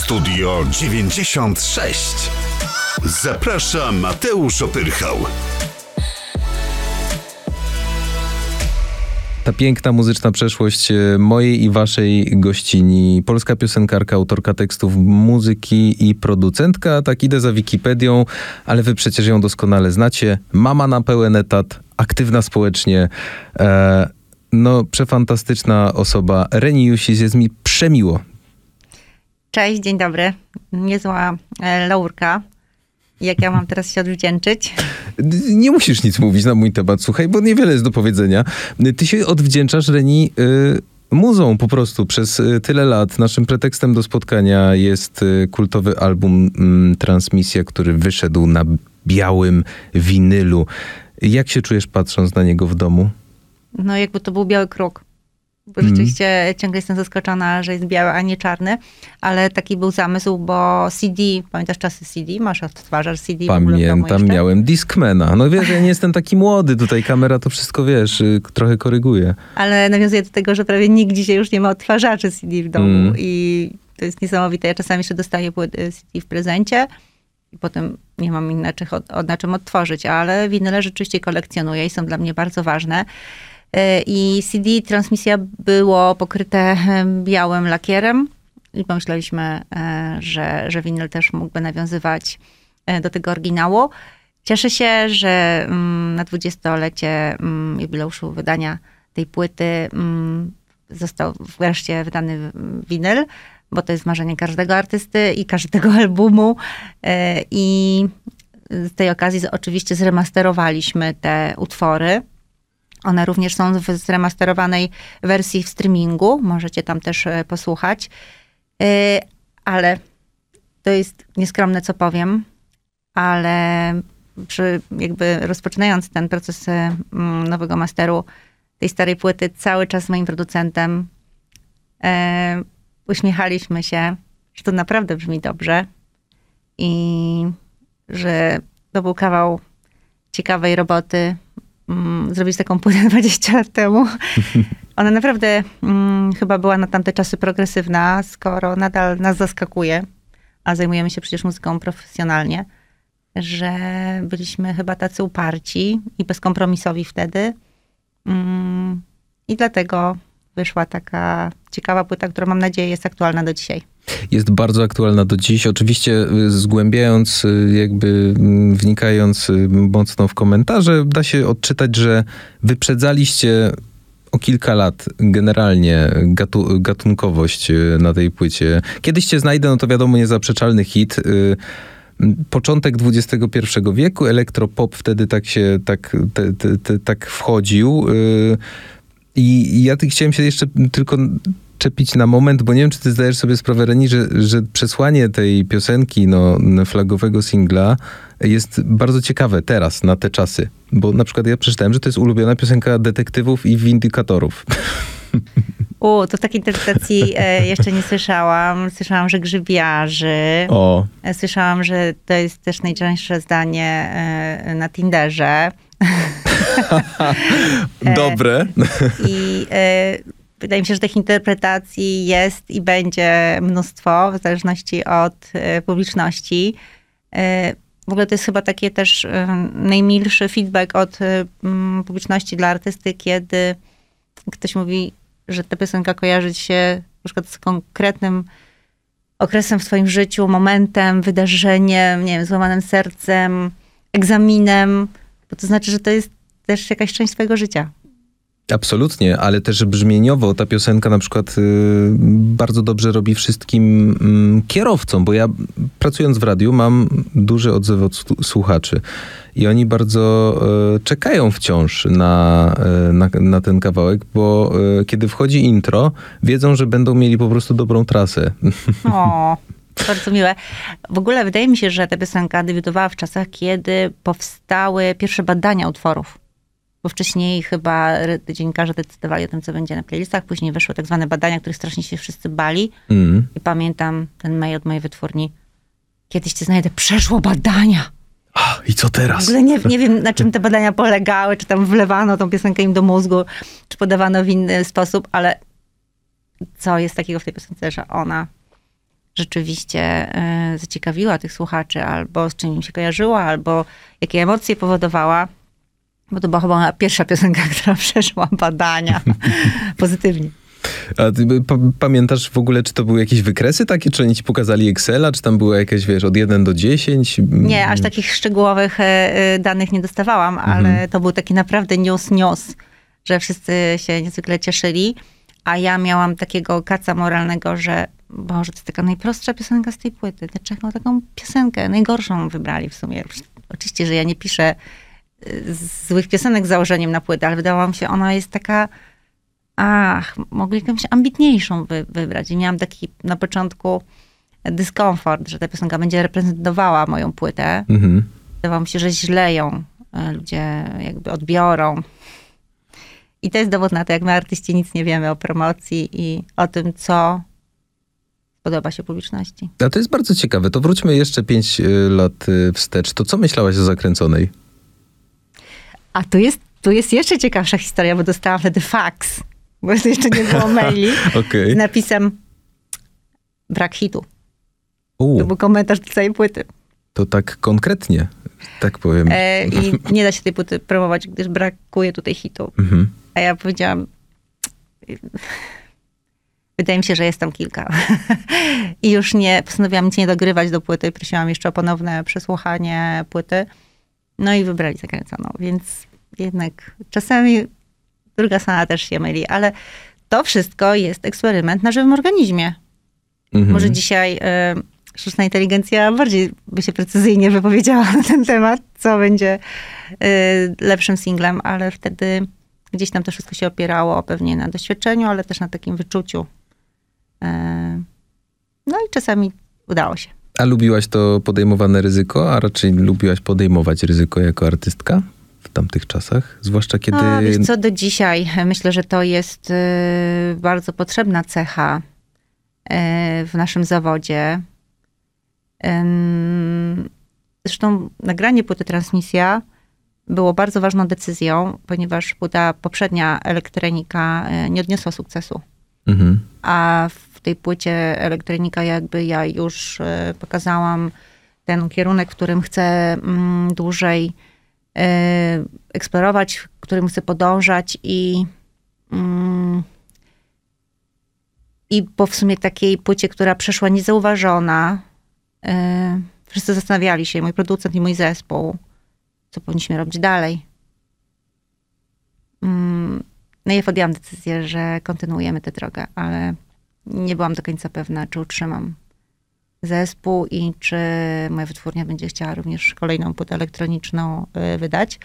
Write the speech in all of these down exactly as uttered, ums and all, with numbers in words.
Studio dziewięćdziesiąt sześć. Zaprasza Mateusz Opyrchał. Ta piękna muzyczna przeszłość mojej i waszej gościni. Polska piosenkarka, autorka tekstów, muzyki i producentka. Tak idę za Wikipedią, ale wy przecież ją doskonale znacie. Mama na pełen etat, aktywna społecznie. E, no, przefantastyczna osoba. Reni Jusis, jest mi przemiło. Cześć, dzień dobry. Niezła e, laurka. Jak ja mam teraz się odwdzięczyć? Nie musisz nic mówić na mój temat, słuchaj, bo niewiele jest do powiedzenia. Ty się odwdzięczasz, Reni, y, muzą po prostu przez tyle lat. Naszym pretekstem do spotkania jest y, kultowy album y, Transmisja, który wyszedł na białym winylu. Jak się czujesz, patrząc na niego w domu? No jakby to był biały kruk. Bo Mm. rzeczywiście ciągle jestem zaskoczona, że jest biały, a nie czarny. Ale taki był zamysł, bo C D, pamiętasz czasy C D? Masz odtwarzacz C D w ogóle w domu Pamiętam, jeszcze? miałem Discmana. No wiesz, ja nie jestem taki młody, tutaj kamera to wszystko, wiesz, y, trochę koryguje. Ale nawiązuję do tego, że prawie nikt dzisiaj już nie ma odtwarzaczy C D w domu. Mm. I to jest niesamowite. Ja czasami jeszcze dostaję płyty C D w prezencie. I potem nie mam inaczej od, od, na czym odtworzyć. Ale winyle rzeczywiście kolekcjonuję i są dla mnie bardzo ważne. I C D Transmisja było pokryte białym lakierem i pomyśleliśmy, że, że winyl też mógłby nawiązywać do tego oryginału. Cieszę się, że na dwudziestolecie jubileuszu wydania tej płyty został wreszcie wydany winyl, bo to jest marzenie każdego artysty i każdego albumu. I z tej okazji oczywiście zremasterowaliśmy te utwory. One również są w zremasterowanej wersji w streamingu. Możecie tam też posłuchać. Ale to jest nieskromne, co powiem, ale przy jakby rozpoczynając ten proces nowego masteru tej starej płyty, cały czas z moim producentem uśmiechaliśmy się, że to naprawdę brzmi dobrze i że to był kawał ciekawej roboty. Zrobić taką płytę dwadzieścia lat temu. Ona naprawdę hmm, chyba była na tamte czasy progresywna, skoro nadal nas zaskakuje, a zajmujemy się przecież muzyką profesjonalnie, że byliśmy chyba tacy uparci i bezkompromisowi wtedy. Hmm, I dlatego wyszła taka ciekawa płyta, która mam nadzieję jest aktualna do dzisiaj. Jest bardzo aktualna do dziś. Oczywiście zgłębiając, jakby wnikając mocno w komentarze, da się odczytać, że wyprzedzaliście o kilka lat generalnie gatu- gatunkowość na tej płycie. Kiedyś cię znajdę, no to wiadomo, niezaprzeczalny hit. Początek dwudziestego pierwszego wieku, elektropop wtedy tak się, tak, te, te, te, tak wchodził. I ja chciałem się jeszcze tylko czepić na moment, bo nie wiem, czy ty zdajesz sobie sprawę, Reni, że, że przesłanie tej piosenki, no, flagowego singla jest bardzo ciekawe teraz, na te czasy. Bo na przykład ja przeczytałem, że to jest ulubiona piosenka detektywów i windykatorów. U, to takiej interpretacji e, jeszcze nie słyszałam. Słyszałam, że grzybiarzy. O. E, Słyszałam, że to jest też najczęstsze zdanie e, na Tinderze. Dobre. I e, wydaje mi się, że tych interpretacji jest i będzie mnóstwo, w zależności od e, publiczności. E, w ogóle to jest chyba takie też e, najmilszy feedback od e, publiczności dla artysty, kiedy ktoś mówi, że ta piosenka kojarzy ci się na przykład z konkretnym okresem w twoim życiu, momentem, wydarzeniem, nie wiem, złamanym sercem, egzaminem, bo to znaczy, że to jest też jakaś część twojego życia. Absolutnie, ale też brzmieniowo ta piosenka na przykład y, bardzo dobrze robi wszystkim y, kierowcom, bo ja pracując w radiu mam duży odzew od słuchaczy i oni bardzo y, czekają wciąż na, y, na, na ten kawałek, bo y, kiedy wchodzi intro, wiedzą, że będą mieli po prostu dobrą trasę. O, bardzo miłe. W ogóle wydaje mi się, że ta piosenka debiutowała w czasach, kiedy powstały pierwsze badania utworów. Bo wcześniej chyba dziennikarze decydowali o tym, co będzie na playlistach. Później wyszły tak zwane badania, których strasznie się wszyscy bali. Mm. I pamiętam ten mail od mojej wytwórni. Kiedyś cię znajdę, przeszło badania. A, i co teraz? W ogóle nie, nie wiem, na czym te badania polegały. Czy tam wlewano tą piosenkę im do mózgu, czy podawano w inny sposób. Ale co jest takiego w tej piosence, że ona rzeczywiście y, zaciekawiła tych słuchaczy, albo z czym im się kojarzyła, albo jakie emocje powodowała. Bo to była chyba pierwsza piosenka, która przeszła badania pozytywnie. A ty pa- pamiętasz w ogóle, czy to były jakieś wykresy takie, czy oni ci pokazali Excela, czy tam były jakieś, wiesz, od jeden do dziesięciu? Nie, aż takich szczegółowych y, danych nie dostawałam, ale mhm. to był taki naprawdę news news, że wszyscy się niezwykle cieszyli, a ja miałam takiego kaca moralnego, że Boże, to jest taka najprostsza piosenka z tej płyty. Dlaczego taką piosenkę najgorszą wybrali w sumie? Oczywiście, że ja nie piszę złych piosenek z założeniem na płytę, ale wydawała mi się, ona jest taka, ach, mogli jakąś ambitniejszą wy, wybrać. I miałam taki na początku dyskomfort, że ta piosenka będzie reprezentowała moją płytę. Mhm. Wydawało mi się, że źle ją ludzie jakby odbiorą. I to jest dowód na to, jak my artyści nic nie wiemy o promocji i o tym, co podoba się publiczności. A to jest bardzo ciekawe. To wróćmy jeszcze pięć lat wstecz. To co myślałaś o Zakręconej? A tu jest, tu jest jeszcze ciekawsza historia, bo dostałam wtedy faks, bo to jeszcze nie było maili, okay. z napisem brak hitu. U. To był komentarz do całej płyty. To tak konkretnie, tak powiem. E, I nie da się tej płyty promować, gdyż brakuje tutaj hitu. Mhm. A ja powiedziałam, wydaje mi się, że jest tam kilka. I już nie, postanowiłam nic nie dogrywać do płyty. Prosiłam jeszcze o ponowne przesłuchanie płyty. No i wybrali Zakręconą, więc jednak czasami druga strona też się myli, ale to wszystko jest eksperyment na żywym organizmie. Mhm. Może dzisiaj y, sztuczna inteligencja bardziej by się precyzyjnie wypowiedziała na ten temat, co będzie y, lepszym singlem, ale wtedy gdzieś tam to wszystko się opierało pewnie na doświadczeniu, ale też na takim wyczuciu. Y, no i czasami udało się. A lubiłaś to podejmowane ryzyko, a raczej lubiłaś podejmować ryzyko jako artystka w tamtych czasach? Zwłaszcza kiedy... A, wiesz co, do dzisiaj myślę, że to jest y, bardzo potrzebna cecha y, w naszym zawodzie. Y, zresztą nagranie płyty Transmisja było bardzo ważną decyzją, ponieważ płyta poprzednia Elektronika y, nie odniosła sukcesu. Mhm. A w tej płycie Elektronika jakby ja już y, pokazałam ten kierunek, w którym chcę mm, dłużej y, eksplorować, w którym chcę podążać i mm, i po w sumie takiej płycie, która przeszła niezauważona, y, wszyscy zastanawiali się, mój producent i mój zespół, co powinniśmy robić dalej. Mm, no i ja podjęłam decyzję, że kontynuujemy tę drogę, ale nie byłam do końca pewna, czy utrzymam zespół i czy moja wytwórnia będzie chciała również kolejną płytę elektroniczną wydać.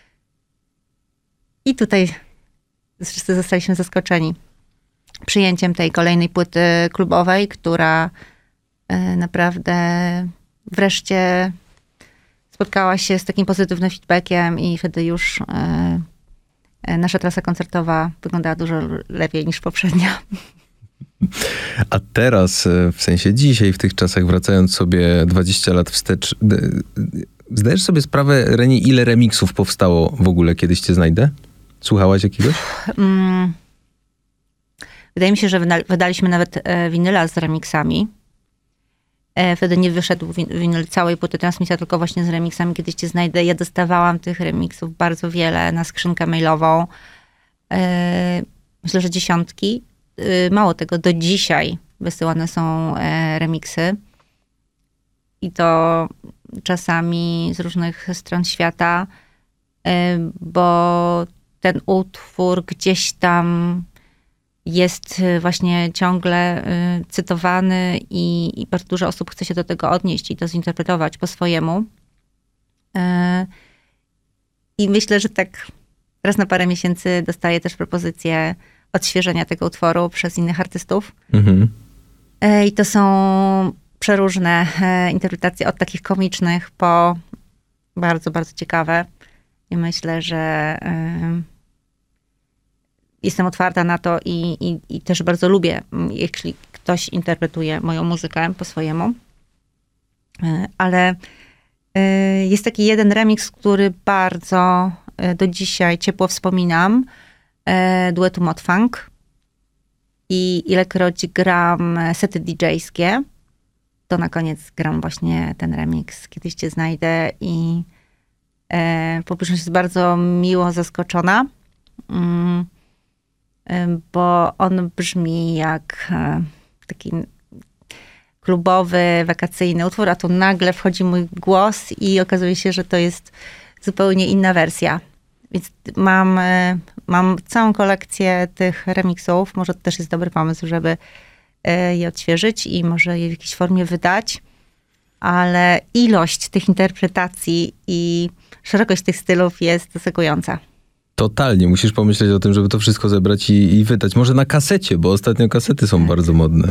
I tutaj wszyscy zostaliśmy zaskoczeni przyjęciem tej kolejnej płyty klubowej, która naprawdę wreszcie spotkała się z takim pozytywnym feedbackiem i wtedy już nasza trasa koncertowa wyglądała dużo lepiej niż poprzednia. A teraz, w sensie dzisiaj, w tych czasach, wracając sobie dwadzieścia lat wstecz, zdajesz sobie sprawę, Reni, ile remiksów powstało w ogóle, kiedyś cię znajdę? Słuchałaś jakiegoś? Hmm. Wydaje mi się, że wydaliśmy nawet winyla z remiksami. Wtedy nie wyszedł winyl całej płyty Transmisja, tylko właśnie z remiksami. Kiedyś cię znajdę. Ja dostawałam tych remiksów bardzo wiele na skrzynkę mailową. Myślę, że dziesiątki. Mało tego, do dzisiaj wysyłane są remiksy. I to czasami z różnych stron świata, bo ten utwór gdzieś tam jest właśnie ciągle cytowany i, i bardzo dużo osób chce się do tego odnieść i to zinterpretować po swojemu. I myślę, że tak raz na parę miesięcy dostaję też propozycję odświeżenia tego utworu przez innych artystów. Mhm. I to są przeróżne interpretacje, od takich komicznych po bardzo, bardzo ciekawe. I myślę, że jestem otwarta na to i, i, i też bardzo lubię, jeśli ktoś interpretuje moją muzykę po swojemu. Ale jest taki jeden remix, który bardzo do dzisiaj ciepło wspominam. Duetu Mod Funk. I ilekroć gram sety didżejskie, to na koniec gram właśnie ten remix. Kiedyś cię znajdę i e, publiczność jest bardzo miło zaskoczona, mm, e, bo on brzmi jak e, taki klubowy, wakacyjny utwór, a tu nagle wchodzi mój głos i okazuje się, że to jest zupełnie inna wersja. Więc mam, e, mam całą kolekcję tych remixów. Może to też jest dobry pomysł, żeby je odświeżyć i może je w jakiejś formie wydać, ale ilość tych interpretacji i szerokość tych stylów jest zaskakująca. Totalnie. Musisz pomyśleć o tym, żeby to wszystko zebrać i, i wydać. Może na kasecie, bo ostatnio kasety są tak. bardzo modne.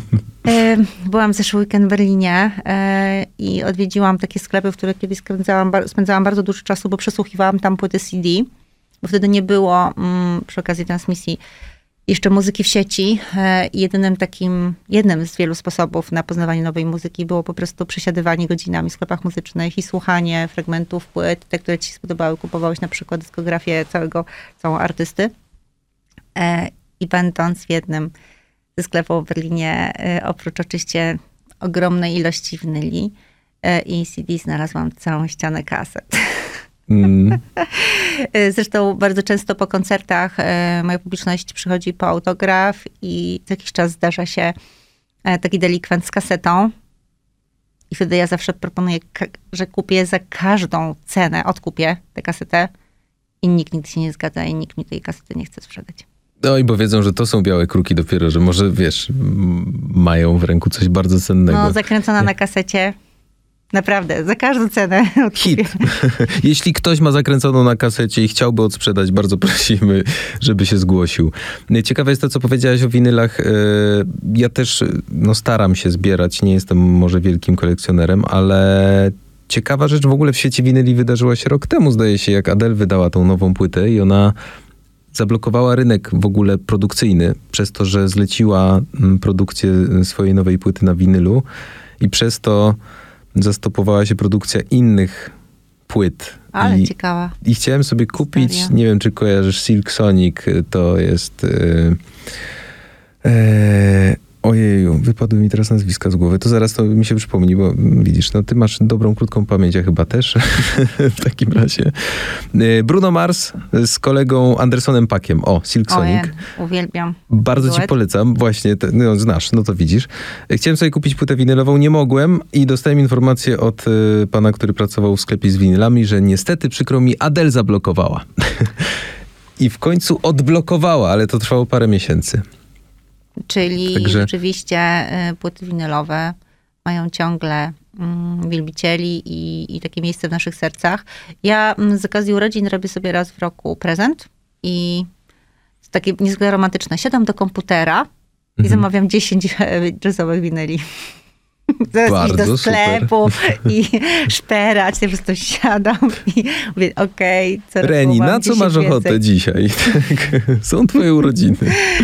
Byłam zeszły weekend w Berlinie i odwiedziłam takie sklepy, w których kiedyś spędzałam, spędzałam bardzo dużo czasu, bo przesłuchiwałam tam płyty C D, bo wtedy nie było przy okazji transmisji jeszcze muzyki w sieci. Jedynym takim, jednym z wielu sposobów na poznawanie nowej muzyki było po prostu przesiadywanie godzinami w sklepach muzycznych i słuchanie fragmentów płyt, te, które ci się spodobały, kupowałeś na przykład dyskografię całego, całą artysty. I będąc w jednym ze sklepów w Berlinie, oprócz oczywiście ogromnej ilości winyli i C D, znalazłam całą ścianę kaset. Mm. Zresztą bardzo często po koncertach moja publiczność przychodzi po autograf i co jakiś czas zdarza się taki delikwent z kasetą. I wtedy ja zawsze proponuję, że kupię za każdą cenę, odkupię tę kasetę i nikt nigdy się nie zgadza i nikt mi tej kasety nie chce sprzedać. No i bo wiedzą, że to są białe kruki dopiero, że może, wiesz, mają w ręku coś bardzo cennego. No, zakręcona na kasecie. Naprawdę, za każdą cenę odkupię. Hit. Jeśli ktoś ma zakręconą na kasecie i chciałby odsprzedać, bardzo prosimy, żeby się zgłosił. Ciekawe jest to, co powiedziałaś o winylach. Ja też no, staram się zbierać, nie jestem może wielkim kolekcjonerem, ale ciekawa rzecz w ogóle w świecie winyli wydarzyła się rok temu, zdaje się, jak Adele wydała tą nową płytę i ona zablokowała rynek w ogóle produkcyjny przez to, że zleciła produkcję swojej nowej płyty na winylu i przez to zastopowała się produkcja innych płyt. Ale I, ciekawa. I chciałem sobie kupić, Historia. nie wiem, czy kojarzysz Silk Sonic, to jest... Yy, yy, ojeju, wypadły mi teraz nazwiska z głowy. To zaraz to mi się przypomni, bo widzisz, no ty masz dobrą, krótką pamięć, ja chyba też. w takim razie. Yy, Bruno Mars z kolegą Andersonem Paakiem. O, Silk Sonic. Ojej, uwielbiam. Bardzo Duet. ci polecam. Właśnie, te, no, znasz, no to widzisz. Chciałem sobie kupić płytę winylową, nie mogłem i dostałem informację od y, pana, który pracował w sklepie z winylami, że niestety, przykro mi, Adele zablokowała. I w końcu odblokowała, ale to trwało parę miesięcy. Czyli Także... rzeczywiście y, płyty winylowe mają ciągle mm, wielbicieli i, i takie miejsce w naszych sercach. Ja mm, z okazji urodzin robię sobie raz w roku prezent i takie niezwykle romantyczne. Siadam do komputera mhm. i zamawiam dziesięć jazzowych winyli. Zaraz iść do sklepu i szperać, po prostu siadam i mówię, okej, okay, co Reni, na co masz więcej. ochotę dzisiaj? Są twoje urodziny.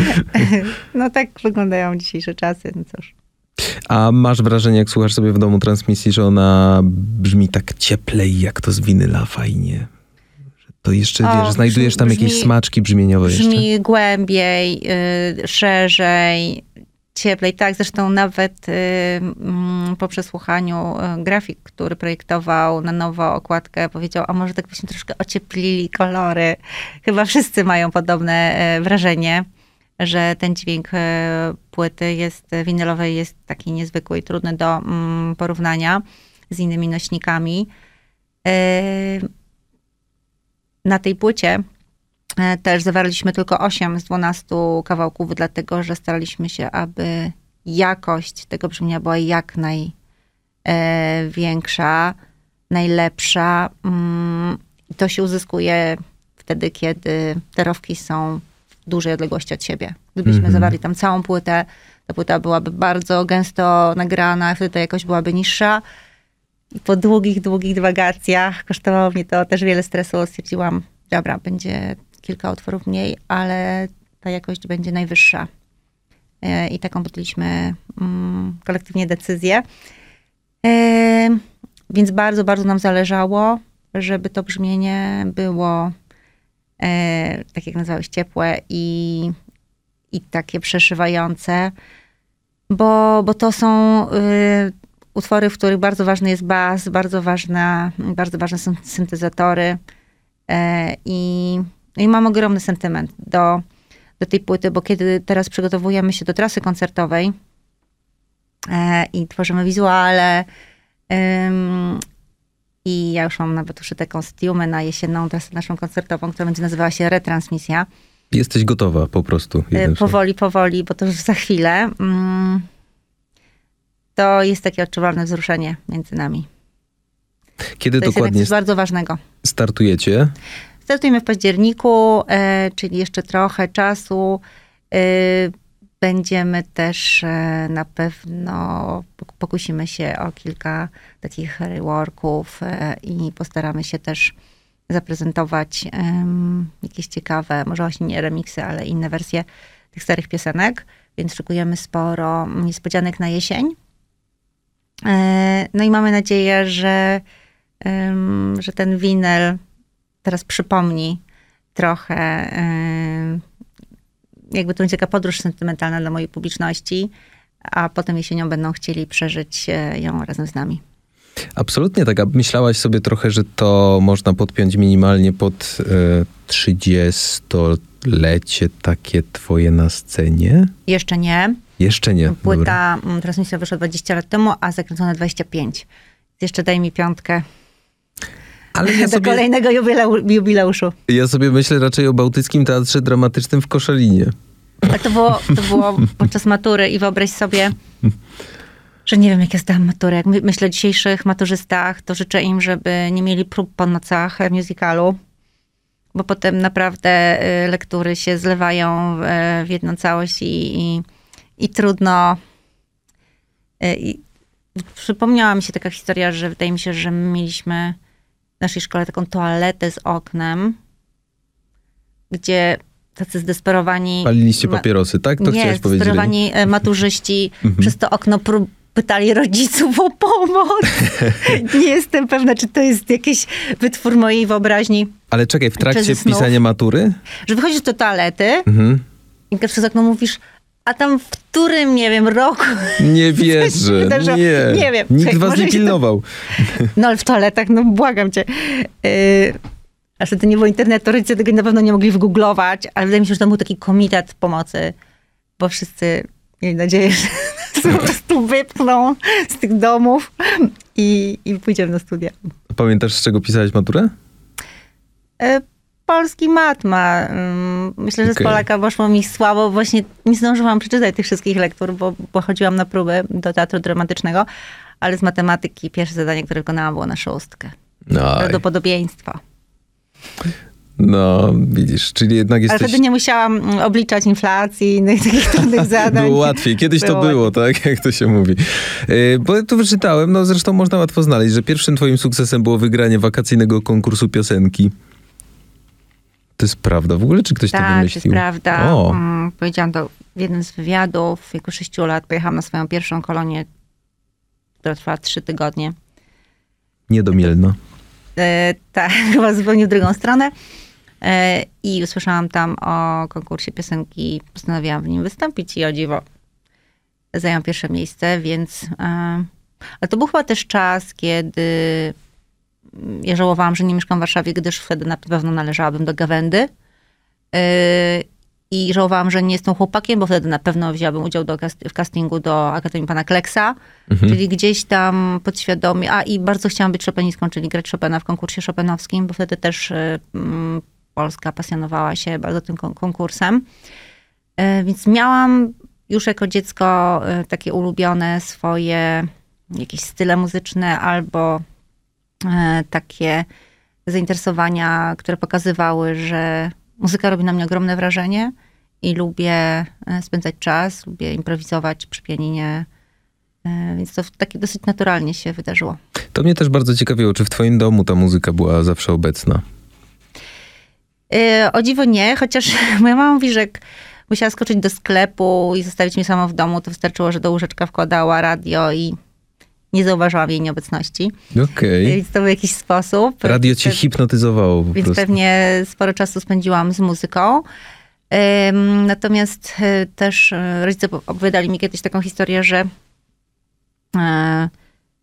No tak wyglądają dzisiejsze czasy, no cóż. A masz wrażenie, jak słuchasz sobie w domu transmisji, że ona brzmi tak cieplej, jak to z winyla, fajnie? To jeszcze, o, wiesz, znajdujesz tam brzmi, jakieś smaczki brzmieniowe brzmi jeszcze? Brzmi głębiej, yy, szerzej, cieplej. Tak, zresztą nawet yy, yy, po przesłuchaniu yy, grafik, który projektował na nowo okładkę, powiedział, a może tak byśmy troszkę ocieplili kolory. Chyba wszyscy mają podobne yy, wrażenie, że ten dźwięk yy, płyty jest, winylowej jest taki niezwykły i trudny do yy, porównania z innymi nośnikami. Yy, Na tej płycie też zawarliśmy tylko osiem z dwunastu kawałków, dlatego że staraliśmy się, aby jakość tego brzmienia była jak największa, najlepsza. To się uzyskuje wtedy, kiedy te rowki są w dużej odległości od siebie. Gdybyśmy mm-hmm. zawarli tam całą płytę, ta płyta byłaby bardzo gęsto nagrana, wtedy ta jakość byłaby niższa. I po długich, długich dywagacjach, kosztowało mnie to też wiele stresu, stwierdziłam, dobra, będzie kilka utworów mniej, ale ta jakość będzie najwyższa. I taką podjęliśmy mm, kolektywnie decyzję. E, więc bardzo, bardzo nam zależało, żeby to brzmienie było, e, tak jak nazwałeś, ciepłe i, i takie przeszywające, bo, bo to są... Y, utwory, w których bardzo ważny jest bas, bardzo ważne, bardzo ważne są syntezatory. E, i, I mam ogromny sentyment do, do tej płyty, bo kiedy teraz przygotowujemy się do trasy koncertowej e, i tworzymy wizuale, ym, i ja już mam nawet uszyte kostiumy na jesienną trasę naszą koncertową, która będzie nazywała się Retransmisja. Jesteś gotowa po prostu. E, powoli, powoli, bo to już za chwilę. Mm, to jest takie odczuwalne wzruszenie między nami. Kiedy to jest dokładnie coś bardzo ważnego. startujecie? Startujemy w październiku, e, czyli jeszcze trochę czasu. E, będziemy też e, na pewno, pokusimy się o kilka takich reworków e, i postaramy się też zaprezentować e, jakieś ciekawe, może właśnie nie remiksy, ale inne wersje tych starych piosenek. Więc szykujemy sporo niespodzianek na jesień. E, no i mamy nadzieję, że, e, że ten winyl teraz przypomni trochę, jakby to będzie taka podróż sentymentalna dla mojej publiczności, a potem jesienią będą chcieli przeżyć ją razem z nami. Absolutnie tak. A myślałaś sobie trochę, że to można podpiąć minimalnie pod trzydziestolecie takie twoje na scenie? Jeszcze nie. Jeszcze nie. Płyta, dobra. Transmisja wyszła dwadzieścia lat temu, a zakręcona dwadzieścia pięć. Jeszcze daj mi piątkę. Ale ja do sobie, kolejnego jubileu, jubileuszu. Ja sobie myślę raczej o Bałtyckim Teatrze Dramatycznym w Koszalinie. Ale to było, to było podczas matury i wyobraź sobie, że nie wiem, jak ja zdałam maturę. Jak myślę o dzisiejszych maturzystach, to życzę im, żeby nie mieli prób po nocach musicalu, bo potem naprawdę lektury się zlewają w jedną całość i, i, i trudno. I przypomniała mi się taka historia, że wydaje mi się, że my mieliśmy w naszej szkole taką toaletę z oknem, gdzie tacy zdesperowani... Paliliście papierosy, tak? To nie, chciałeś powiedzieć. zdesperowani maturzyści przez to okno prób, pytali rodziców o pomoc. Nie jestem pewna, czy to jest jakiś wytwór mojej wyobraźni. Ale czekaj, w trakcie pisania matury? Że wychodzisz do toalety mhm. i przez okno mówisz, a tam w którym, nie wiem, roku... Nie wierzę, wydarzyło. nie. Nie wiem. Nikt Czekaj, was nie pilnował. To... No ale w toaletach, no błagam cię. Yy... A wtedy nie było internetu, rodzice tego na pewno nie mogli wygooglować, ale wydaje mi się, że tam był taki komitet pomocy, bo wszyscy mieli nadzieję, że po prostu wypchną z tych domów i, i pójdziemy na studia. Pamiętasz, z czego pisałeś maturę? Yy... Polski matma. Myślę, że okay. Z Polaka poszło mi słabo. Właśnie nie zdążyłam przeczytać tych wszystkich lektur, bo, bo chodziłam na próby do teatru dramatycznego, ale z matematyki pierwsze zadanie, które wykonałam, było na szóstkę. Prawdopodobieństwo. No, widzisz, czyli jednak jesteś... Ale wtedy nie musiałam obliczać inflacji i innych takich trudnych zadań. Było łatwiej. Kiedyś było to było, łatwiej. Tak? Jak to się mówi. Yy, bo tu wyczytałem, no zresztą można łatwo znaleźć, że pierwszym twoim sukcesem było wygranie wakacyjnego konkursu piosenki. To jest prawda w ogóle, czy ktoś tak, to wymyślił? Tak, to jest prawda. O. Um, powiedziałam to w jednym z wywiadów. W wieku sześciu lat pojechałam na swoją pierwszą kolonię, która trwała trzy tygodnie. Nie do Mielna. E, tak, chyba zupełnie w drugą stronę. E, I usłyszałam tam o konkursie piosenki. Postanowiłam w nim wystąpić i o dziwo zająłam pierwsze miejsce, więc... E, ale to był chyba też czas, kiedy... Ja żałowałam, że nie mieszkam w Warszawie, gdyż wtedy na pewno należałabym do Gawędy. Yy, I żałowałam, że nie jestem chłopakiem, bo wtedy na pewno wzięłabym udział do, w castingu do Akademii Pana Kleksa. Mhm. Czyli gdzieś tam podświadomie. A i bardzo chciałam być Chopinistką, czyli grać Chopina w konkursie chopinowskim, bo wtedy też yy, Polska pasjonowała się bardzo tym konkursem. Yy, więc miałam już jako dziecko yy, takie ulubione swoje jakieś style muzyczne albo takie zainteresowania, które pokazywały, że muzyka robi na mnie ogromne wrażenie i lubię spędzać czas, lubię improwizować przy pianinie, więc to takie dosyć naturalnie się wydarzyło. To mnie też bardzo ciekawiło, czy w twoim domu ta muzyka była zawsze obecna? O dziwo nie, chociaż moja mama mówi, że jak musiała skoczyć do sklepu i zostawić mnie samą w domu, to wystarczyło, że do łóżeczka wkładała radio i nie zauważyłam jej nieobecności. Okej. Okay. Więc to był jakiś sposób. Radio cię hipnotyzowało po Więc prostu. pewnie sporo czasu spędziłam z muzyką. Um, natomiast też rodzice opowiadali mi kiedyś taką historię, że,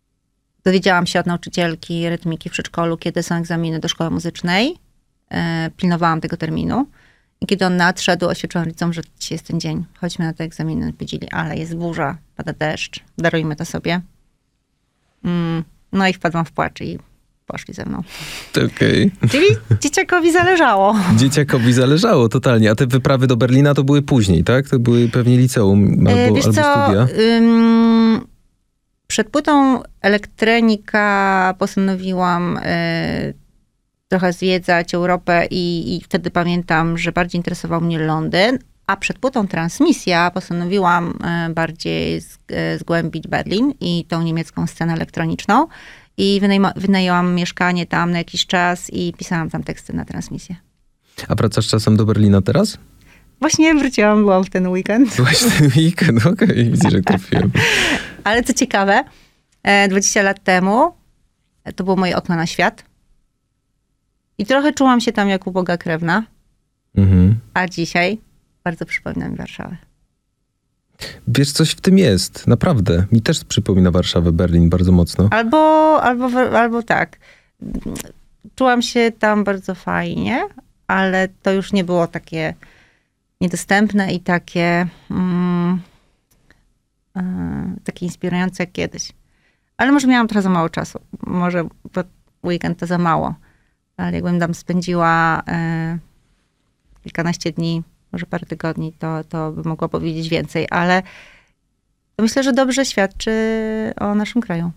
Dowiedziałam się od nauczycielki rytmiki w przedszkolu, kiedy są egzaminy do szkoły muzycznej. E, pilnowałam tego terminu. I kiedy on nadszedł, oświadczyłam rodzicom, że dzisiaj jest ten dzień. Chodźmy na te egzaminy. Powiedzieli, ale jest burza, pada deszcz, darujmy to sobie. Mm, no i wpadłam w płacz i poszli ze mną. Okej. Okay. Czyli dzieciakowi zależało. Dzieciakowi zależało, totalnie. A te wyprawy do Berlina to były później, tak? To były pewnie liceum albo, Wiesz albo co, studia? Ym, przed płytą Elektronika postanowiłam y, trochę zwiedzać Europę i, i wtedy pamiętam, że bardziej interesował mnie Londyn, a przed płytą Transmisja postanowiłam y, bardziej z, y, zgłębić Berlin i tą niemiecką scenę elektroniczną. I wynajma, wynajęłam mieszkanie tam na jakiś czas i pisałam tam teksty na Transmisję. A wracasz czasem do Berlina teraz? Właśnie wróciłam, byłam w ten weekend. Właśnie ten weekend, okej, okay, widzisz, jak trafiłem. Ale co ciekawe, dwadzieścia lat temu to było moje okno na świat. I trochę czułam się tam jak uboga krewna. Mhm. A dzisiaj bardzo przypomina mi Warszawę. Wiesz, coś w tym jest, naprawdę. Mi też przypomina Warszawę, Berlin bardzo mocno. Albo, albo, albo tak. Czułam się tam bardzo fajnie, ale to już nie było takie niedostępne i takie, mm, yy, takie inspirujące jak kiedyś. Ale może miałam trochę za mało czasu. Może bo weekend to za mało. Ale jakbym tam spędziła yy, kilkanaście dni, może parę tygodni, to, to bym mogła powiedzieć więcej. Ale myślę, że dobrze świadczy o naszym kraju.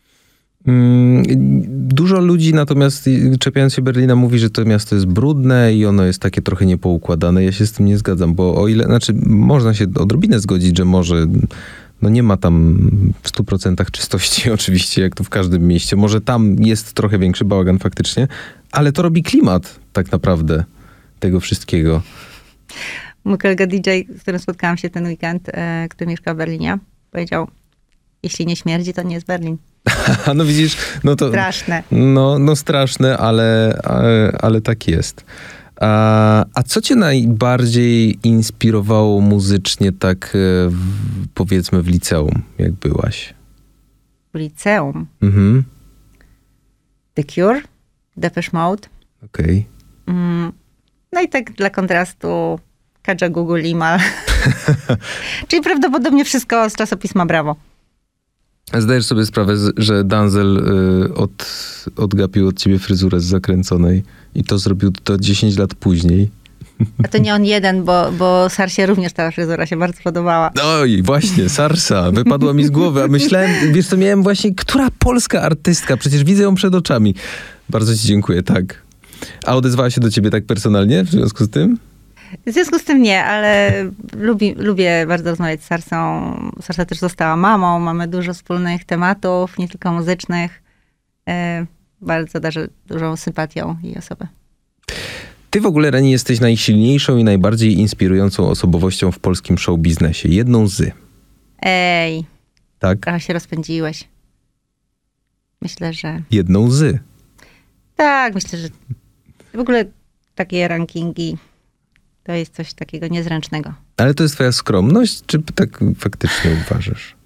Dużo ludzi natomiast, czepiając się Berlina, mówi, że to miasto jest brudne i ono jest takie trochę niepoukładane. Ja się z tym nie zgadzam, bo o ile, znaczy można się odrobinę zgodzić, że może no nie ma tam w stu procentach czystości oczywiście, jak to w każdym mieście. Może tam jest trochę większy bałagan faktycznie, ale to robi klimat tak naprawdę tego wszystkiego. Mój kolega D J, z którym spotkałam się ten weekend, e, który mieszka w Berlinie, powiedział, jeśli nie śmierdzi, to nie jest Berlin. No widzisz, no to... Straszne. No, no straszne, ale, ale, ale tak jest. A, a co cię najbardziej inspirowało muzycznie tak w, powiedzmy w liceum, jak byłaś? W liceum? Mhm. The Cure, Depeche Mode. Okej. Okay. Mm, no i tak dla kontrastu Kaja Gugu Limal. Czyli prawdopodobnie wszystko z czasopisma Brawo. Zdajesz sobie sprawę, że Danzel y, od, odgapił od ciebie fryzurę z zakręconej i to zrobił to dziesięć lat później. A to nie on jeden, bo, bo Sarsie również ta fryzura się bardzo podobała. Oj, właśnie, Sarsa, wypadła mi z głowy, a myślałem, wiesz co, miałem właśnie, która polska artystka, przecież widzę ją przed oczami. Bardzo ci dziękuję, tak. A odezwała się do ciebie tak personalnie w związku z tym? W związku z tym nie, ale lubi, lubię bardzo rozmawiać z Sarsą. Sarsa też została mamą, mamy dużo wspólnych tematów, nie tylko muzycznych. Yy, bardzo darzę dużą sympatią jej osobę. Ty w ogóle, Reni, jesteś najsilniejszą i najbardziej inspirującą osobowością w polskim show biznesie. Jedną z. Ej. Tak? Trochę się rozpędziłeś. Myślę, że... Jedną z. Tak, myślę, że w ogóle takie rankingi to jest coś takiego niezręcznego. Ale to jest twoja skromność, czy tak faktycznie uważasz?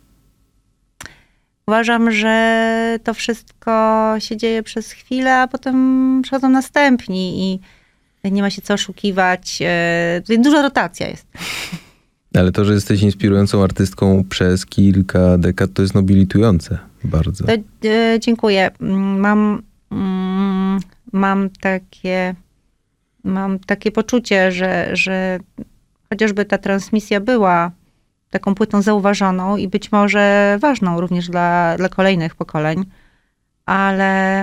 Uważam, że to wszystko się dzieje przez chwilę, a potem przychodzą następni i nie ma się co oszukiwać. Duża rotacja jest. Ale to, że jesteś inspirującą artystką przez kilka dekad, to jest nobilitujące bardzo. To, e, dziękuję. Mam, mm, mam takie... Mam takie poczucie, że, że chociażby ta transmisja była taką płytą zauważoną i być może ważną również dla, dla kolejnych pokoleń, ale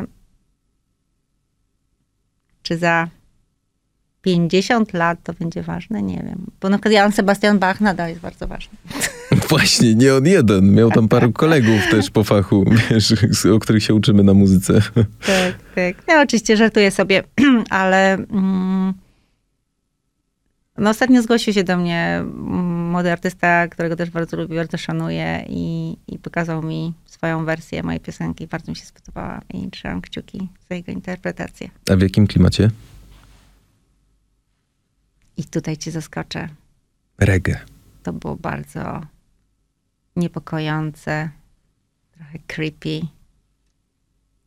czy za pięćdziesiąt lat to będzie ważne? Nie wiem. Bo na przykład Jan Sebastian Bach nadal jest bardzo ważny. Właśnie, nie on jeden. Miał tam paru kolegów też po fachu, wiesz, o których się uczymy na muzyce. Tak, tak. Ja oczywiście żartuję sobie, ale mm, no ostatnio zgłosił się do mnie młody artysta, którego też bardzo lubię, bardzo szanuję i, i pokazał mi swoją wersję mojej piosenki. Bardzo mi się spodobała i trzymam kciuki za jego interpretację. A w jakim klimacie? I tutaj cię zaskoczę. Reggae. To było bardzo niepokojące, trochę creepy,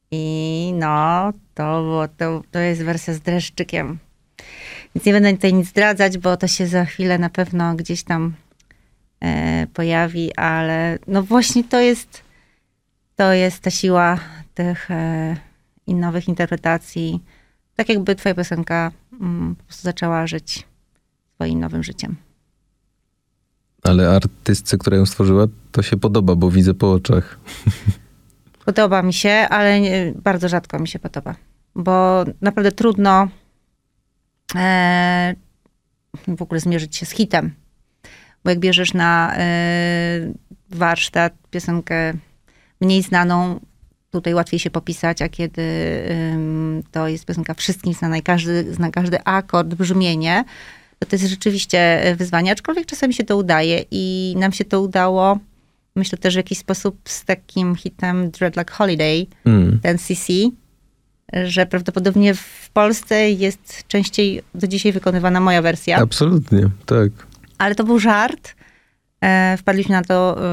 I no, to, było, to, to jest wersja z dreszczykiem. Więc nie będę tutaj nic zdradzać, bo to się za chwilę na pewno gdzieś tam e, pojawi, ale no właśnie to jest, to jest ta siła tych e, i nowych interpretacji. Tak jakby twoja piosenka mm, po prostu zaczęła żyć swoim nowym życiem. Ale artystce, która ją stworzyła, to się podoba, bo widzę po oczach. Podoba mi się, ale nie, bardzo rzadko mi się podoba. Bo naprawdę trudno e, w ogóle zmierzyć się z hitem. Bo jak bierzesz na e, warsztat piosenkę mniej znaną, tutaj łatwiej się popisać, a kiedy e, to jest piosenka wszystkim znana i każdy zna każdy akord, brzmienie, to to jest rzeczywiście wyzwanie. Aczkolwiek czasami się to udaje i nam się to udało, myślę też w jakiś sposób z takim hitem Dreadlock Holiday, Mm. ten C C, że prawdopodobnie w Polsce jest częściej do dzisiaj wykonywana moja wersja. Absolutnie, tak. Ale to był żart. E, wpadliśmy na to e,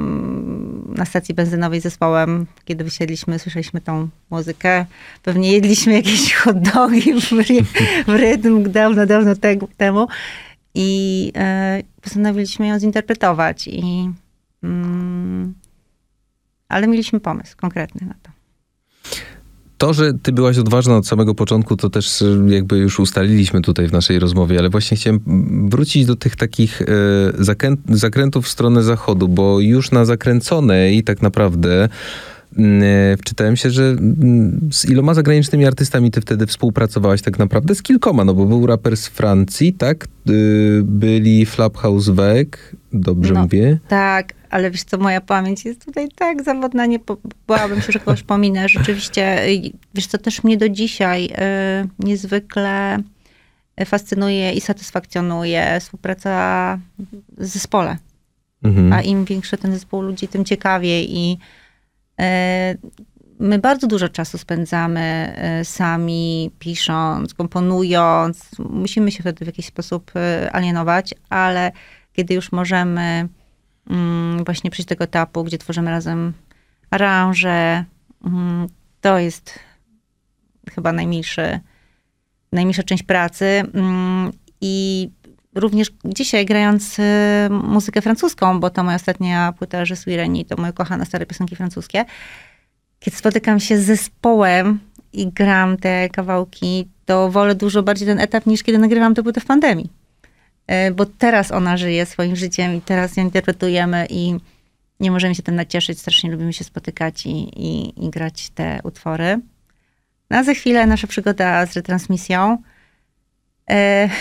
na stacji benzynowej z zespołem, kiedy wysiedliśmy, słyszeliśmy tą muzykę. Pewnie jedliśmy jakieś hot dogi w, ry, w rytm dawno, dawno te, temu. I e, postanowiliśmy ją zinterpretować. I, mm, ale mieliśmy pomysł konkretny na to. To, że ty byłaś odważna od samego początku, to też jakby już ustaliliśmy tutaj w naszej rozmowie, ale właśnie chciałem wrócić do tych takich e, zakrę- zakrętów w stronę zachodu, bo już na zakręconej tak naprawdę e, wczytałem się, że m, z iloma zagranicznymi artystami ty wtedy współpracowałaś tak naprawdę? Z kilkoma, no bo był raper z Francji, tak? E, byli Flaphouse Weg, dobrze No, mówię? Tak, ale wiesz co, moja pamięć jest tutaj tak zawodna, nie po, bałabym się, że kogoś pominę. Rzeczywiście, wiesz co, też mnie do dzisiaj y, niezwykle fascynuje i satysfakcjonuje współpraca w zespole. Mhm. A im większy ten zespół ludzi, tym ciekawiej. I y, my bardzo dużo czasu spędzamy y, sami, pisząc, komponując. Musimy się wtedy w jakiś sposób y, alienować, ale kiedy już możemy mm, właśnie przyjść do tego etapu, gdzie tworzymy razem aranże, mm, to jest chyba najmilszy, najmilsza część pracy. Mm, I również dzisiaj grając y, muzykę francuską, bo to moja ostatnia płyta Je suis Reni, to moje kochane stare piosenki francuskie. Kiedy spotykam się z zespołem i gram te kawałki, to wolę dużo bardziej ten etap, niż kiedy nagrywam tę płytę w pandemii. Bo teraz ona żyje swoim życiem i teraz ją interpretujemy i nie możemy się tym nacieszyć. Strasznie lubimy się spotykać i, i, i grać te utwory. No a za chwilę nasza przygoda z retransmisją. E,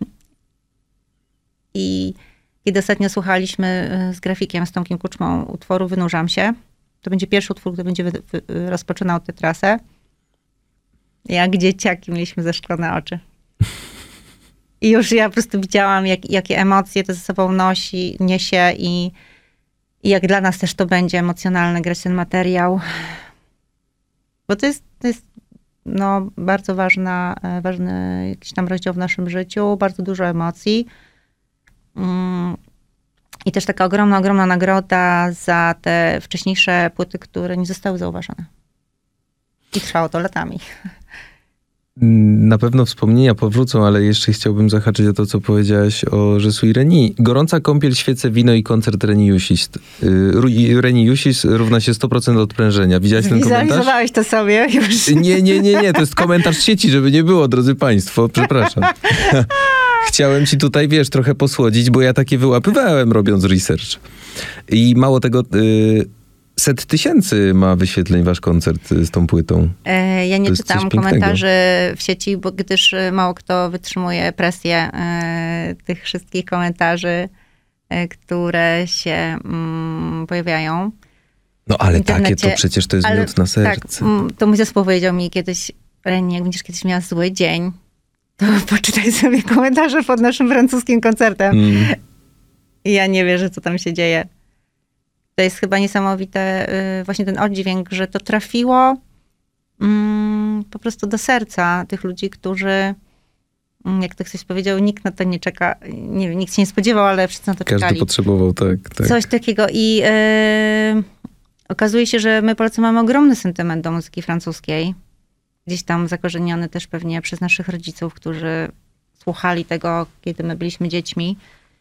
I kiedy ostatnio słuchaliśmy z grafikiem, z Tomkiem Kuczmą utworu Wynurzam się, to będzie pierwszy utwór, który będzie wy, wy, rozpoczynał tę trasę. Jak dzieciaki mieliśmy zaszklone oczy. I już ja po prostu widziałam, jak, jakie emocje to ze sobą nosi, niesie i, i jak dla nas też to będzie emocjonalne grać ten materiał. Bo to jest, to jest no, bardzo ważna, ważny jakiś tam rozdział w naszym życiu, bardzo dużo emocji. Mm. I też taka ogromna, ogromna nagroda za te wcześniejsze płyty, które nie zostały zauważone. I trwało to latami. Na pewno wspomnienia powrócą, ale jeszcze chciałbym zahaczyć o to, co powiedziałaś o Je suis Reni. Gorąca kąpiel, świece, wino i koncert Reni Jusis. Yy, Reni Jusis równa się sto procent odprężenia. Widziałaś ten komentarz? Wizualizowałeś to sobie już. Nie, nie, nie, nie. To jest komentarz z sieci, żeby nie było, drodzy państwo. Przepraszam. Chciałem ci tutaj, wiesz, trochę posłodzić, bo ja takie wyłapywałem, robiąc research. I mało tego... Yy, Set tysięcy ma wyświetleń wasz koncert z tą płytą. E, ja nie To jest czytam coś pięknego. komentarzy w sieci, bo gdyż mało kto wytrzymuje presję e, tych wszystkich komentarzy, e, które się mm, pojawiają. No ale w internecie. takie to przecież to jest Ale miód na serce. Tak, mm, to mój zespół powiedział mi kiedyś, Reni, jak będziesz kiedyś miała zły dzień, to poczytaj sobie komentarze pod naszym francuskim koncertem. Mm. I ja nie wierzę, co tam się dzieje. To jest chyba niesamowite właśnie ten oddźwięk, że to trafiło mm, po prostu do serca tych ludzi, którzy, jak to ktoś powiedział, nikt na to nie czeka, nie wiem, nikt się nie spodziewał, ale wszyscy na to Każdy czekali. potrzebował, tak, tak. Coś takiego i yy, okazuje się, że my Polacy mamy ogromny sentyment do muzyki francuskiej. Gdzieś tam zakorzeniony też pewnie przez naszych rodziców, którzy słuchali tego, kiedy my byliśmy dziećmi.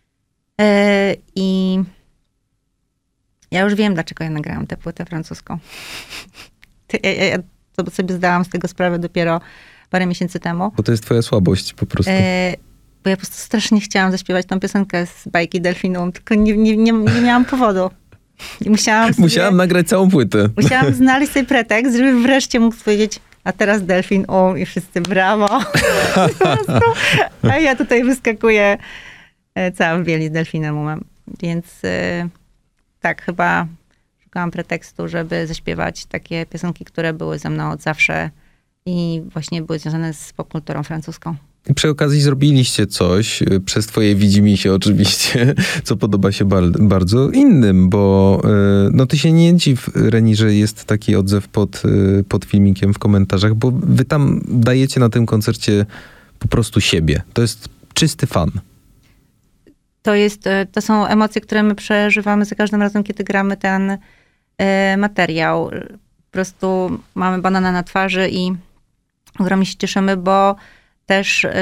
I ja już wiem, dlaczego ja nagrałam tę płytę francuską. Ja, ja, ja sobie zdałam z tego sprawę dopiero parę miesięcy temu. Bo to jest twoja słabość po prostu. E, bo ja po prostu strasznie chciałam zaśpiewać tą piosenkę z bajki Delfinum, tylko nie, nie, nie, nie miałam powodu. I musiałam sobie, Musiałam nagrać całą płytę. Musiałam znaleźć sobie pretekst, żeby wreszcie mógł powiedzieć, a teraz Delfin um i wszyscy brawo. A ja tutaj wyskakuję cała w bieli z Delfinem umem. Więc tak, chyba szukałam pretekstu, żeby zaśpiewać takie piosenki, które były ze mną od zawsze i właśnie były związane z popkulturą francuską. I przy okazji zrobiliście coś, przez twoje widzimisię oczywiście, co podoba się bar- bardzo innym, bo no ty się nie dziw, Reni, że jest taki odzew pod, pod filmikiem w komentarzach, bo wy tam dajecie na tym koncercie po prostu siebie. To jest czysty fan. To, jest, to są emocje, które my przeżywamy za każdym razem, kiedy gramy ten y, materiał. Po prostu mamy banana na twarzy i ogromnie się cieszymy, bo też y,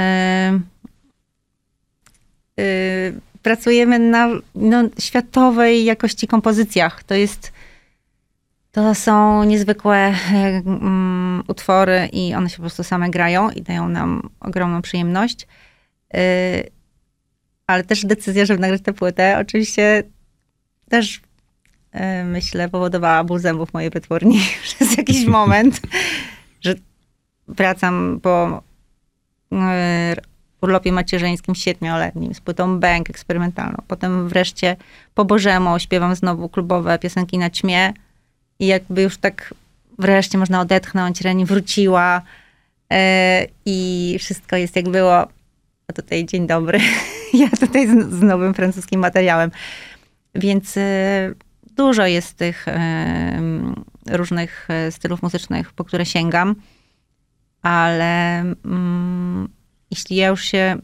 y, pracujemy na no, światowej jakości kompozycjach. To jest, to są niezwykłe y, y, utwory i one się po prostu same grają i dają nam ogromną przyjemność. Y, ale też decyzja, żeby nagrać tę płytę, oczywiście też y, myślę, powodowała ból zębów mojej wytwórni przez jakiś moment, że wracam po urlopie macierzyńskim siedmioletnim z płytą Bęk eksperymentalną. Potem wreszcie po Bożemu śpiewam znowu klubowe piosenki na ćmie i jakby już tak wreszcie można odetchnąć, Reni wróciła yy, i wszystko jest jak było. A tutaj dzień dobry. Ja tutaj z, z nowym francuskim materiałem. Więc yy, dużo jest tych yy, różnych stylów muzycznych, po które sięgam. Ale mm, jeśli ja już się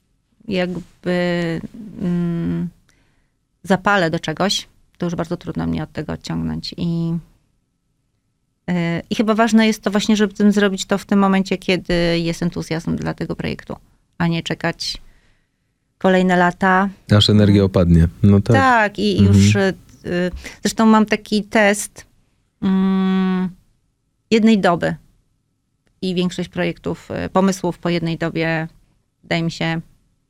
jakby mm, zapalę do czegoś, to już bardzo trudno mnie od tego odciągnąć. I, yy, i chyba ważne jest to właśnie, żeby tym zrobić to w tym momencie, kiedy jest entuzjazm dla tego projektu, a nie czekać kolejne lata. Aż energia opadnie. No tak. Tak, i mhm. już yy, zresztą mam taki test yy, jednej doby. I większość projektów, pomysłów po jednej dobie, wydaje mi się,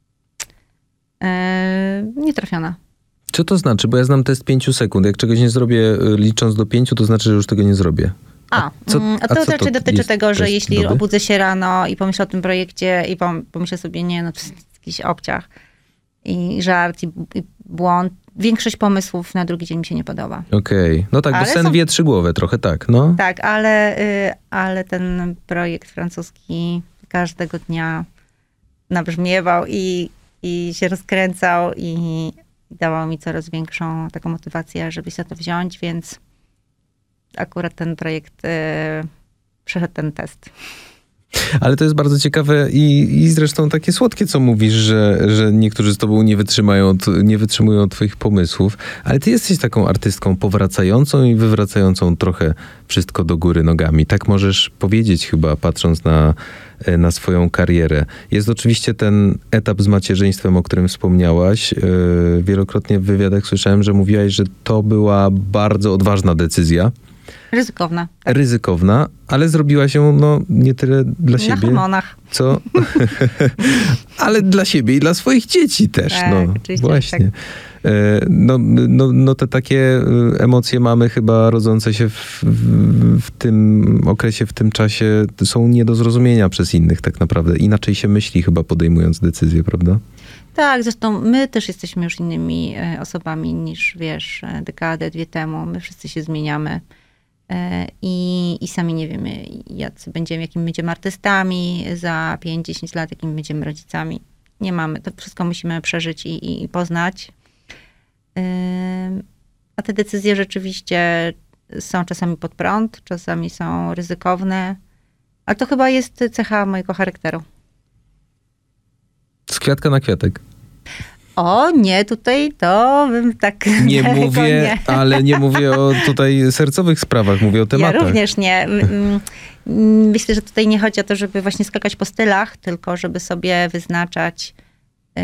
yy, nietrafiona. Co to znaczy? Bo ja znam test pięciu sekund. Jak czegoś nie zrobię licząc do pięciu, to znaczy, że już tego nie zrobię. A, co, a to a raczej to dotyczy tego, że jeśli doby? obudzę się rano i pomyślę o tym projekcie i pomyślę sobie, nie, no to jest jakiś obciach i żart i, i błąd. Większość pomysłów na drugi dzień mi się nie podoba. Okej. Okay. No tak, ale bo sen są... wietrzy głowę trochę, tak, no. Tak, ale, ale ten projekt francuski każdego dnia nabrzmiewał i, i się rozkręcał i dawał mi coraz większą taką motywację, żeby się za to wziąć, więc akurat ten projekt y, przeszedł ten test. Ale to jest bardzo ciekawe i, i zresztą takie słodkie, co mówisz, że, że niektórzy z tobą nie wytrzymają, nie wytrzymują twoich pomysłów, ale ty jesteś taką artystką powracającą i wywracającą trochę wszystko do góry nogami. Tak możesz powiedzieć chyba, patrząc na, na swoją karierę. Jest oczywiście ten etap z macierzyństwem, o którym wspomniałaś. Wielokrotnie w wywiadach słyszałem, że mówiłaś, że to była bardzo odważna decyzja. Ryzykowna. Tak. Ryzykowna, ale zrobiła się no nie tyle dla siebie. Na hormonach. Co? Ale dla siebie i dla swoich dzieci też. Tak, no oczywiście. Właśnie. Tak. No, no, no te takie emocje mamy chyba rodzące się w, w, w tym okresie, w tym czasie są nie do zrozumienia przez innych tak naprawdę. Inaczej się myśli chyba podejmując decyzję, prawda? Tak, zresztą my też jesteśmy już innymi osobami niż, wiesz, dekadę, dwie temu. My wszyscy się zmieniamy. I, I sami nie wiemy, jacy będziemy, jakimi będziemy artystami za pięć dziesięć lat, jakimi będziemy rodzicami. Nie mamy. To wszystko musimy przeżyć i, i, i poznać. A te decyzje rzeczywiście są czasami pod prąd, czasami są ryzykowne. Ale to chyba jest cecha mojego charakteru. Z kwiatka na kwiatek. O nie, tutaj to bym tak... Nie mówię, nie. ale nie mówię o tutaj sercowych sprawach, mówię o tematach. Ja również nie. M- m- Myślę, że tutaj nie chodzi o to, żeby właśnie skakać po stylach, tylko żeby sobie wyznaczać yy,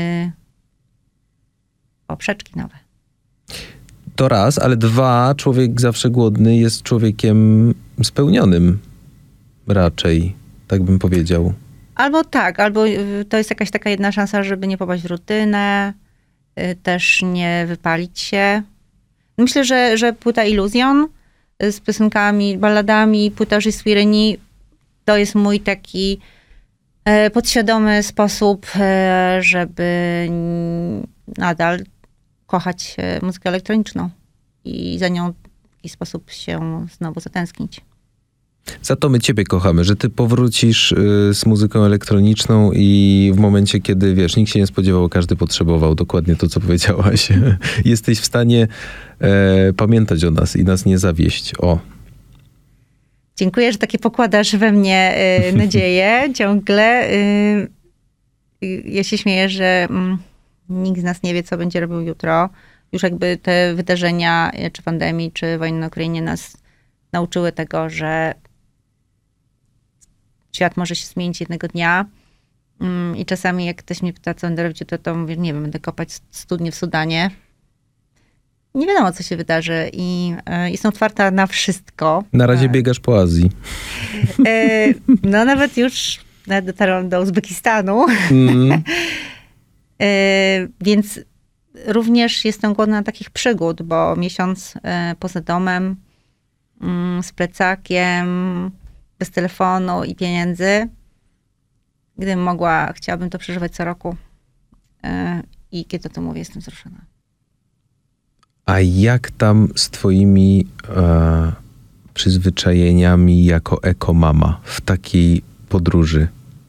poprzeczki nowe. To raz, ale dwa, człowiek zawsze głodny jest człowiekiem spełnionym raczej, tak bym powiedział. Albo tak, albo y, to jest jakaś taka jedna szansa, żeby nie popaść w rutynę, y, też nie wypalić się. Myślę, że, że płyta Illusion y, z piosenkami, balladami, płyta Je suis Reni, to jest mój taki y, podświadomy sposób, y, żeby n- nadal kochać y, muzykę elektroniczną i za nią w jakiś sposób się znowu zatęsknić. Za to my ciebie kochamy, że ty powrócisz y, z muzyką elektroniczną i w momencie, kiedy, wiesz, nikt się nie spodziewał, każdy potrzebował dokładnie to, co powiedziałaś. Jesteś w stanie e, pamiętać o nas i nas nie zawieść. O. Dziękuję, że takie pokładasz we mnie y, nadzieję ciągle. Y, y, ja się śmieję, że mm, nikt z nas nie wie, co będzie robił jutro. Już jakby te wydarzenia, y, czy pandemii, czy wojny na Ukrainie nas nauczyły tego, że świat może się zmienić jednego dnia. Mm, I czasami jak ktoś mnie pyta, co będę robić jutro, to mówię, nie wiem, będę kopać studnie w Sudanie. Nie wiadomo, co się wydarzy i y, jestem otwarta na wszystko. Na razie biegasz po Azji. E, no nawet już nawet dotarłam do Uzbekistanu. Mm. E, więc również jestem głodna takich przygód, bo miesiąc e, poza domem, mm, z plecakiem, bez telefonu i pieniędzy. Gdybym mogła, chciałabym to przeżywać co roku. E, I kiedy to mówię, jestem wzruszona. A jak tam z twoimi e, przyzwyczajeniami jako ekomama w takiej podróży?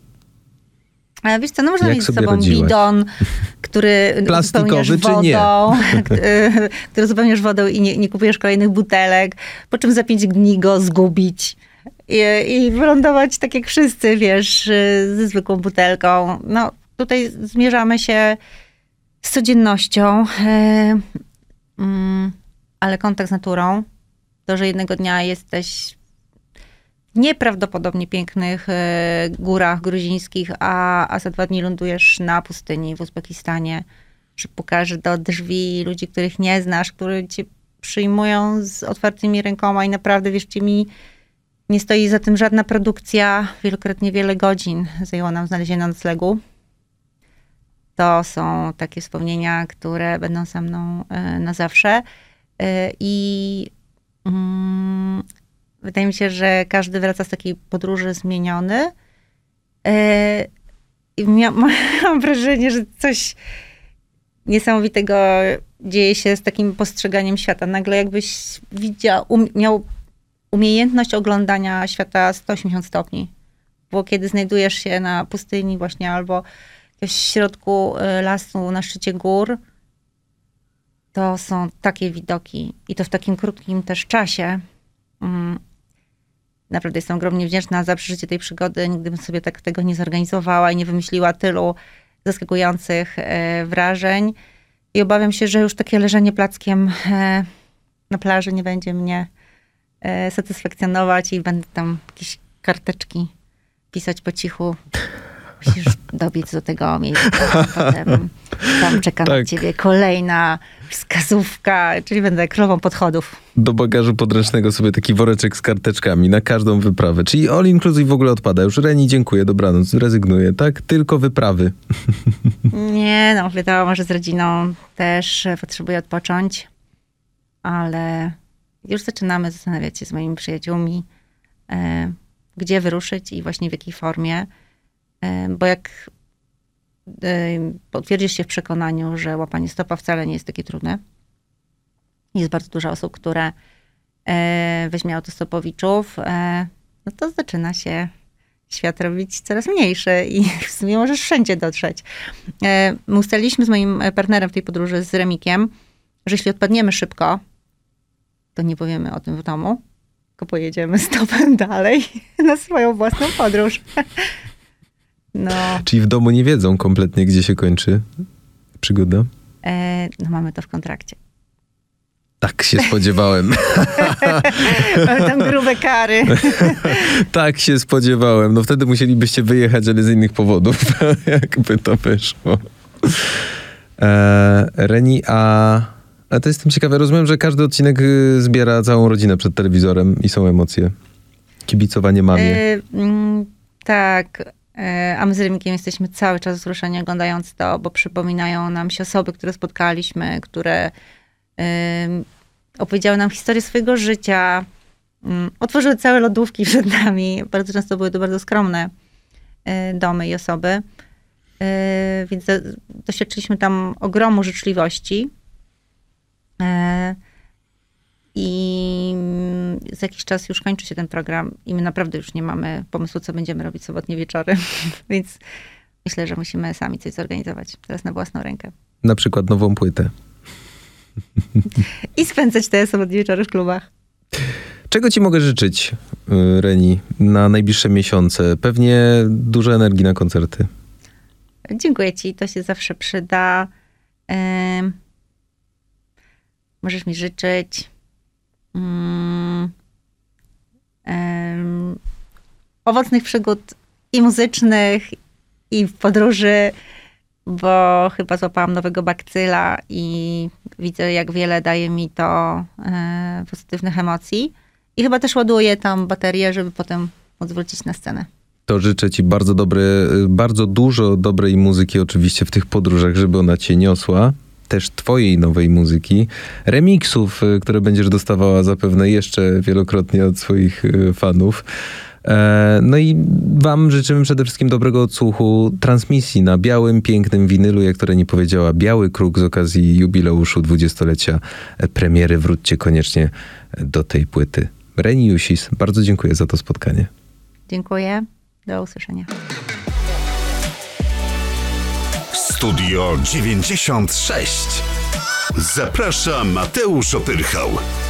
Ale wiesz co, no można Jak mieć z sobie sobą radziłaś? bidon, który Plastikowy uzupełniasz czy nie? wodą, który uzupełniasz wodą i nie, nie kupujesz kolejnych butelek, po czym za pięć dni go zgubić i, i wylądować tak jak wszyscy, wiesz, ze zwykłą butelką. No tutaj zmierzamy się z codziennością, e, mm, ale kontakt z naturą, to, że jednego dnia jesteś w nieprawdopodobnie pięknych e, górach gruzińskich, a, a za dwa dni lądujesz na pustyni w Uzbekistanie, że pukasz do drzwi ludzi, których nie znasz, którzy cię przyjmują z otwartymi rękoma i naprawdę, wierzcie mi, nie stoi za tym żadna produkcja. Wielokrotnie wiele godzin zajęło nam znalezienie noclegu. To są takie wspomnienia, które będą ze mną e, na zawsze. E, I mm, wydaje mi się, że każdy wraca z takiej podróży zmieniony. E, I mia- mam wrażenie, że coś niesamowitego dzieje się z takim postrzeganiem świata. Nagle jakbyś widział, um, miał umiejętność oglądania świata sto osiemdziesiąt stopni. Bo kiedy znajdujesz się na pustyni właśnie albo w środku lasu, na szczycie gór, to są takie widoki i to w takim krótkim też czasie. Naprawdę jestem ogromnie wdzięczna za przeżycie tej przygody. Nigdy bym sobie tak tego nie zorganizowała i nie wymyśliła tylu zaskakujących wrażeń. I obawiam się, że już takie leżenie plackiem na plaży nie będzie mnie satysfakcjonować i będę tam jakieś karteczki pisać po cichu. Musisz dobiec do tego miejsca, potem tam czeka Tak. na ciebie kolejna wskazówka, czyli będę królową podchodów. Do bagażu podręcznego sobie taki woreczek z karteczkami na każdą wyprawę. Czyli all inclusive w ogóle odpada. Już Reni, dziękuję, dobranoc, rezygnuję, tak? Tylko wyprawy. Nie, no wiadomo, że z rodziną też potrzebuję odpocząć, ale już zaczynamy zastanawiać się z moimi przyjaciółmi, e, gdzie wyruszyć i właśnie w jakiej formie. Bo jak potwierdzisz się w przekonaniu, że łapanie stopa wcale nie jest takie trudne. Jest bardzo dużo osób, które weźmie autostopowiczów, no to zaczyna się świat robić coraz mniejszy i w sumie możesz wszędzie dotrzeć. My ustaliliśmy z moim partnerem w tej podróży, z Remikiem, że jeśli odpadniemy szybko, to nie powiemy o tym w domu, tylko pojedziemy stopem dalej na swoją własną podróż. No. Czyli w domu nie wiedzą kompletnie, gdzie się kończy przygoda? E, no mamy to w kontrakcie. Tak się spodziewałem. Mamy tam grube kary. Tak się spodziewałem. No wtedy musielibyście wyjechać, ale z innych powodów. Jakby to wyszło. E, Reni, a, a to jestem ciekawy. Rozumiem, że każdy odcinek y, zbiera całą rodzinę przed telewizorem i są emocje. Kibicowanie mamie. E, mm, tak. E, a my z Remkiem jesteśmy cały czas wzruszeni oglądając to, bo przypominają nam się osoby, które spotkaliśmy, które y, opowiedziały nam historię swojego życia. Y, otworzyły całe lodówki przed nami. Bardzo często były to bardzo skromne y, domy i osoby. Y, więc do, doświadczyliśmy tam ogromu życzliwości. Y, I za jakiś czas już kończy się ten program i my naprawdę już nie mamy pomysłu, co będziemy robić sobotnie wieczory. Więc myślę, że musimy sami coś zorganizować teraz na własną rękę. Na przykład nową płytę. I spędzać te sobotnie wieczory w klubach. Czego ci mogę życzyć, Reni, na najbliższe miesiące? Pewnie dużo energii na koncerty. Dziękuję ci, to się zawsze przyda. Ym, możesz mi życzyć ym, ym, owocnych przygód i muzycznych, i w podróży, bo chyba złapałam nowego bakcyla i widzę, jak wiele daje mi to y, pozytywnych emocji. I chyba też ładuję tam baterię, żeby potem móc wrócić na scenę. To życzę ci bardzo dobre, bardzo dużo dobrej muzyki oczywiście w tych podróżach, żeby ona cię niosła. Też twojej nowej muzyki. Remiksów, które będziesz dostawała zapewne jeszcze wielokrotnie od swoich fanów. No i wam życzymy przede wszystkim dobrego odsłuchu transmisji na białym, pięknym winylu, jak to Reni powiedziała, Biały Kruk z okazji jubileuszu dwudziestolecia premiery. Wróćcie koniecznie do tej płyty. Reni Jusis, bardzo dziękuję za to spotkanie. Dziękuję. Do usłyszenia. Studio dziewięćdziesiąt sześć. Zaprasza Mateusz Opyrchał.